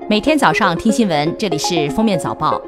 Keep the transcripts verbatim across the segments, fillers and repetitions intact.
每天早上听新闻，这里是封面早报。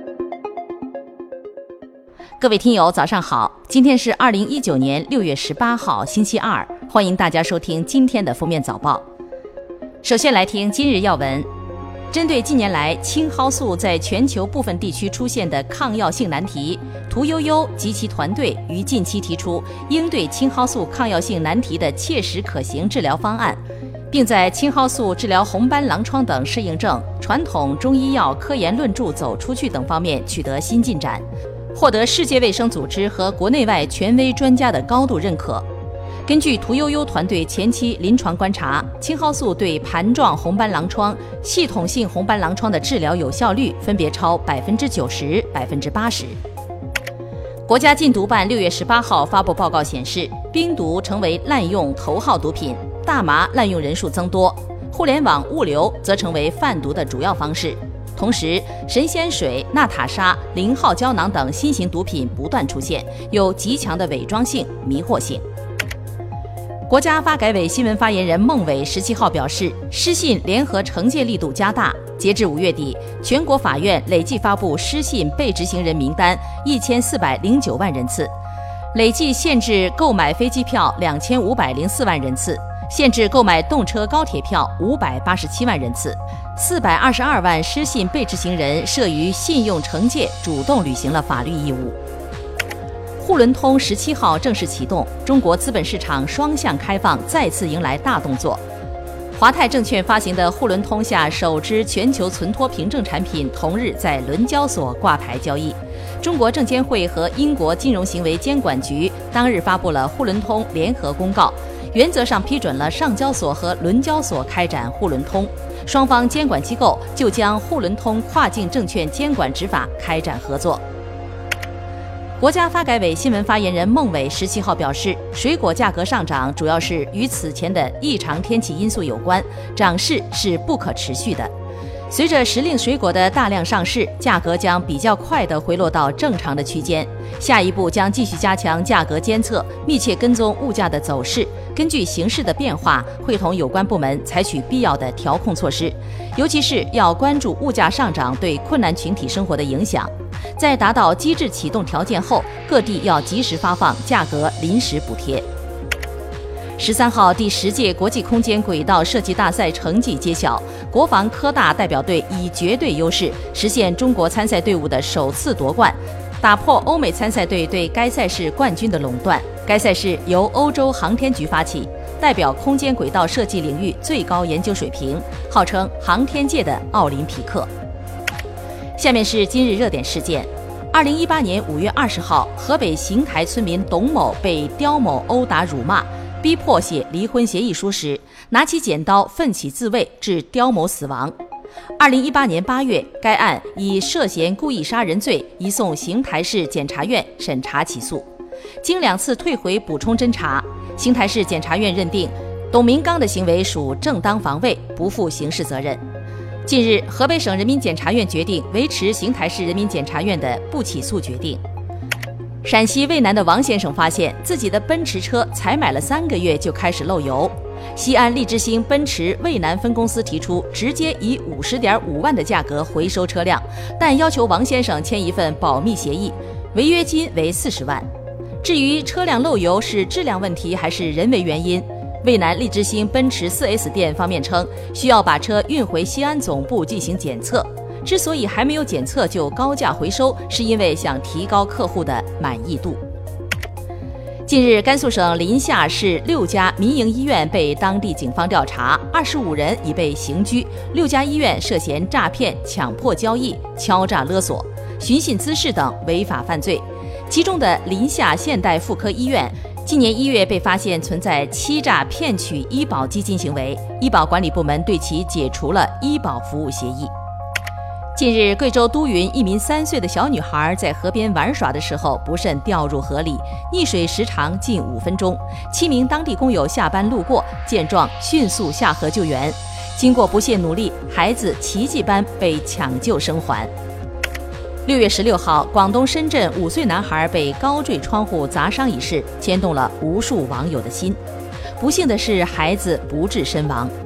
各位听友早上好，今天是二零一九年六月十八号星期二，欢迎大家收听今天的封面早报。首先来听今日要闻。针对近年来青蒿素在全球部分地区出现的抗药性难题，屠呦呦及其团队于近期提出应对青蒿素抗药性难题的切实可行治疗方案，并在青蒿素治疗红斑狼疮等适应症、传统中医药科研论著走出去等方面取得新进展，获得世界卫生组织和国内外权威专家的高度认可。根据屠呦呦团队前期临床观察，青蒿素对盘状红斑狼疮、系统性红斑狼疮的治疗有效率分别超百分之九十、百分之八十。国家禁毒办六月十八号发布报告显示，冰毒成为滥用头号毒品，大麻滥用人数增多，互联网物流则成为贩毒的主要方式。同时，神仙水、娜塔莎、零号胶囊等新型毒品不断出现，有极强的伪装性、迷惑性。国家发改委新闻发言人孟伟十七号表示，失信联合惩戒力度加大，截至五月底，全国法院累计发布失信被执行人名单一千四百零九万人次，累计限制购买飞机票两千五百零四万人次，限制购买动车高铁票五百八十七万人次，四百二十二万失信被执行人涉于信用惩戒主动履行了法律义务。沪伦通十七号正式启动，中国资本市场双向开放再次迎来大动作。华泰证券发行的沪伦通下首支全球存托凭证产品同日在伦交所挂牌交易。中国证监会和英国金融行为监管局当日发布了沪伦通联合公告，原则上批准了上交所和伦交所开展沪伦通，双方监管机构就将沪伦通跨境证券监管执法开展合作。国家发改委新闻发言人孟伟十七号表示，水果价格上涨主要是与此前的异常天气因素有关，涨势是不可持续的。随着时令水果的大量上市，价格将比较快地回落到正常的区间。下一步将继续加强价格监测，密切跟踪物价的走势，根据形势的变化，会同有关部门采取必要的调控措施，尤其是要关注物价上涨对困难群体生活的影响。在达到机制启动条件后，各地要及时发放价格临时补贴。十三号，第十届国际空间轨道设计大赛成绩揭晓，国防科大代表队以绝对优势实现中国参赛队伍的首次夺冠，打破欧美参赛队对该赛事冠军的垄断。该赛事由欧洲航天局发起，代表空间轨道设计领域最高研究水平，号称航天界的奥林匹克。下面是今日热点事件。二零一八年五月二十号，河北邢台村民董某被刁某殴打辱骂，逼迫写离婚协议书时，拿起剪刀奋起自卫，致刁某死亡。二零一八年八月，该案以涉嫌故意杀人罪移送邢台市检察院审查起诉。经两次退回补充侦查，邢台市检察院认定董明刚的行为属正当防卫，不负刑事责任。近日，河北省人民检察院决定维持邢台市人民检察院的不起诉决定。陕西渭南的王先生发现自己的奔驰车才买了三个月就开始漏油，西安利之星奔驰渭南分公司提出直接以五十点五万的价格回收车辆，但要求王先生签一份保密协议，违约金为四十万。至于车辆漏油是质量问题还是人为原因，渭南利之星奔驰 四 S 店方面称，需要把车运回西安总部进行检测。之所以还没有检测就高价回收，是因为想提高客户的满意度。近日，甘肃省临夏市六家民营医院被当地警方调查，二十五人已被刑拘，六家医院涉嫌诈骗、强迫交易、敲诈勒索、寻衅滋事等违法犯罪。其中的临夏现代妇科医院今年一月被发现存在欺诈骗取医保基金行为，医保管理部门对其解除了医保服务协议。近日，贵州都匀一名三岁的小女孩在河边玩耍的时候不慎掉入河里，溺水时长近五分钟。七名当地工友下班路过，见状迅速下河救援。经过不懈努力，孩子奇迹般被抢救生还。六月十六号，广东深圳五岁男孩被高坠窗户砸伤一事牵动了无数网友的心。不幸的是，孩子不治身亡。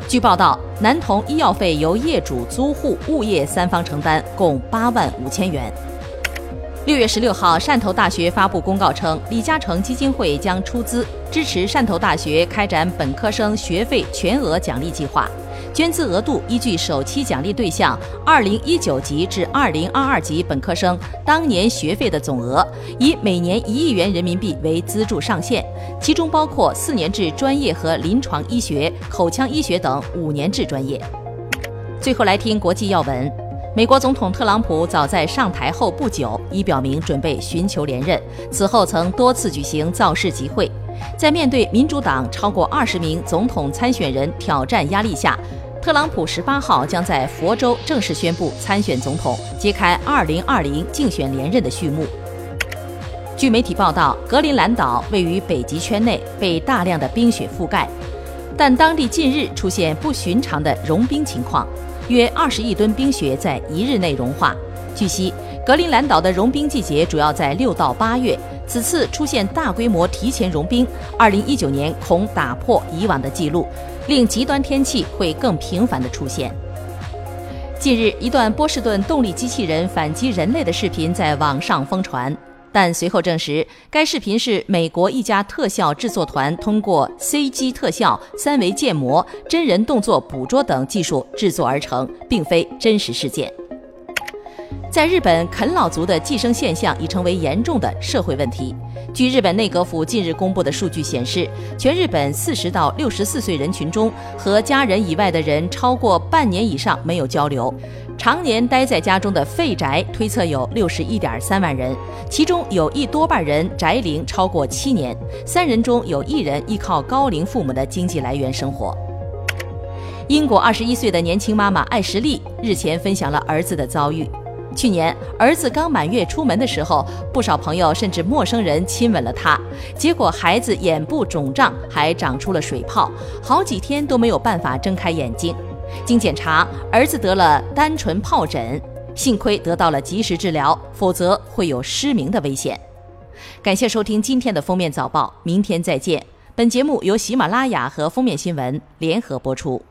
据报道，男童医药费由业主、租户、物业三方承担，共八万五千元。六月十六号，汕头大学发布公告称，李嘉诚基金会将出资支持汕头大学开展本科生学费全额奖励计划，捐资额度依据首期奖励对象二零一九级至二零二二级本科生当年学费的总额，以每年一亿元人民币为资助上限，其中包括四年制专业和临床医学、口腔医学等五年制专业。最后来听国际要闻。美国总统特朗普早在上台后不久已表明准备寻求连任，此后曾多次举行造势集会。在面对民主党超过二十名总统参选人挑战压力下，特朗普十八号将在佛州正式宣布参选总统，揭开二零二零竞选连任的序幕。据媒体报道，格陵兰岛位于北极圈内，被大量的冰雪覆盖，但当地近日出现不寻常的融冰情况。约二十亿吨冰雪在一日内融化。据悉，格陵兰岛的融冰季节主要在六到八月，此次出现大规模提前融冰，二零一九年恐打破以往的记录，令极端天气会更频繁地出现。近日，一段波士顿动力机器人反击人类的视频在网上疯传。但随后证实，该视频是美国一家特效制作团通过 C G 特效、三维建模、真人动作捕捉等技术制作而成，并非真实事件。在日本，啃老族的寄生现象已成为严重的社会问题。据日本内阁府近日公布的数据显示，全日本四十到六十四岁人群中，和家人以外的人超过半年以上没有交流。常年待在家中的废宅推测有六十一点三万人，其中有一多半人宅龄超过七年，三人中有一人依靠高龄父母的经济来源生活。英国二十一岁的年轻妈妈艾什莉日前分享了儿子的遭遇。去年儿子刚满月出门的时候，不少朋友甚至陌生人亲吻了他，结果孩子眼部肿胀，还长出了水泡，好几天都没有办法睁开眼睛。经检查，儿子得了单纯疱疹，幸亏得到了及时治疗，否则会有失明的危险。感谢收听今天的封面早报，明天再见。本节目由喜马拉雅和封面新闻联合播出。